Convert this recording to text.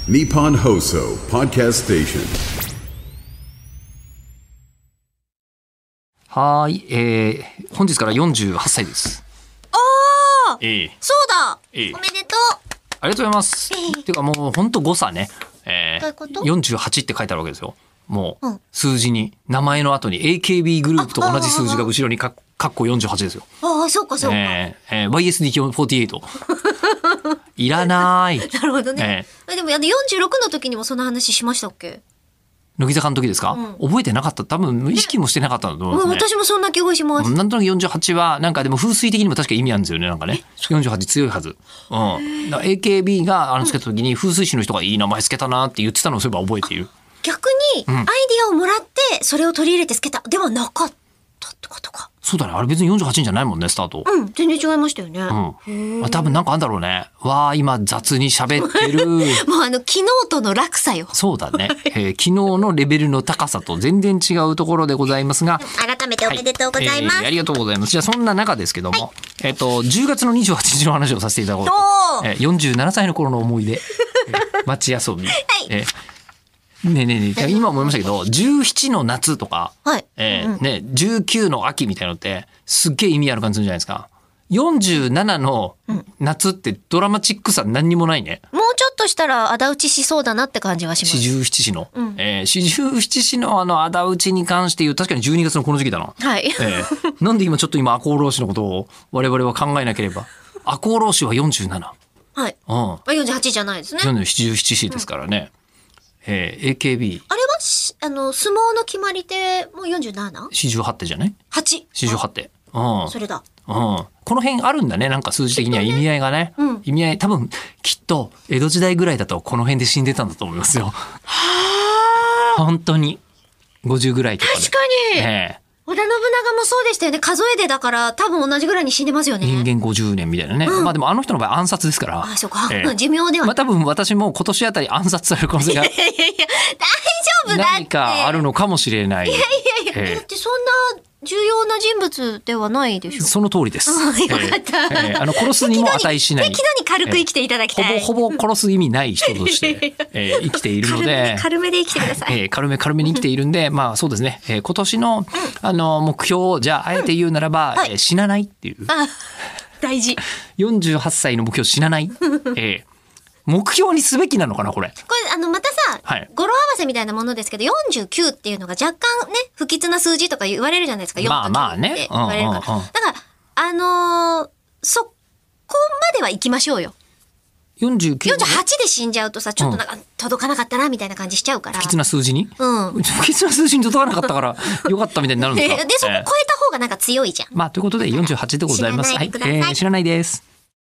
Nippon Hoso Podcast Station。 はい、本日から48歳です。 ああ、そうだ、おめでとう。 ありがとうございます。っていうかもう本当誤差ね、 どういうこと？ 48って書いてあるわけですよ。もう数字に名前の後に AKB グループと同じ数字が後ろにかっこ48ですよ。 ああ、そうかそうか。 YSD48 いらない。 なるほどね。でも46の時にもその話しましたっけ？ 乃木坂の時ですか、覚えてなかった。多分意識もしてなかったんだと思いますね。 私もそんな気がします。 なんとなく48はなんかでも風水的にも確か意味あるんですよね。なんかね48強いはず、だから AKB がつけた時に風水師の人がいい名前つけたなって言ってたのをそういえば覚えている。 逆にアイディアをもらってそれを取り入れてつけたではなかったってことか。 そうだね、あれ別に48じゃないもんね、スタート。 全然違いましたよね。 多分なんかあんだろうね。わあ、今雑に喋ってるもう昨日との落差よ。 そうだね、昨日のレベルの高さと全然違うところでございますが、 改めておめでとうございます。 ありがとうございます。じゃあそんな中ですけども、10月の28日の話をさせていただこうと。47歳の頃の思い出、街遊び、ねえ今思いましたけど、17の夏とか、19の秋みたいなのってすっげえ意味ある感じするじゃないですか。47の夏ってドラマチックさ何にもないね。 もうちょっとしたら仇討ちしそうだなって感じはします。 四十七士の、四十七士の仇討ちに関して言う確かに12月のこの時期だな。なんで今ちょっと今赤穂浪士のことを我々は考えなければ。赤穂浪士は47。 48じゃないですね。 四十七士ですからね。AKB あれは相撲の決まり手も 47？ 48手じゃない 8 48手。 それだ。 この辺あるんだね、なんか数字的には意味合いがね。意味合い多分きっと江戸時代ぐらいだとこの辺で死んでたんだと思いますよ。本当に50ぐらいとかで。 確かに、織田信長もそうでしたよね。数えでだから多分同じぐらいに死んでますよね。 人間50年みたいなね。まあでもあの人の場合暗殺ですから。 そうか。寿命では。 多分私も今年あたり暗殺される可能性が大丈夫だって。 何かあるのかもしれない。 だってそんな重要な人物ではないでしょ。 その通りです。 よかった。 殺すにも値しない。 適度に軽く生きていただきたい。 ほぼ殺す意味ない人として、生きているので。 軽めで生きてください。 軽めに生きているんで、まあそうですね。今年の目標をじゃああえて言うならば、死なないっていう。 大事。 48歳の目標死なない。目標にすべきなのかなこれ。 これまたさ、語呂合わせみたいなものですけど、49っていうのが若干ね不吉な数字とか言われるじゃないですか。 まあね。 って言われるから。だからそこまでは行きましょうよ。 48 で死んじゃうとさ、ちょっとなんか届かなかったなみたいな感じしちゃうから。 不吉な数字に？不吉な数字に届かなかったからよかったみたいになるんですか。 でそこ超えた方がなんか強いじゃん。 まあということで48でございます。 知らないでください。 知らないです。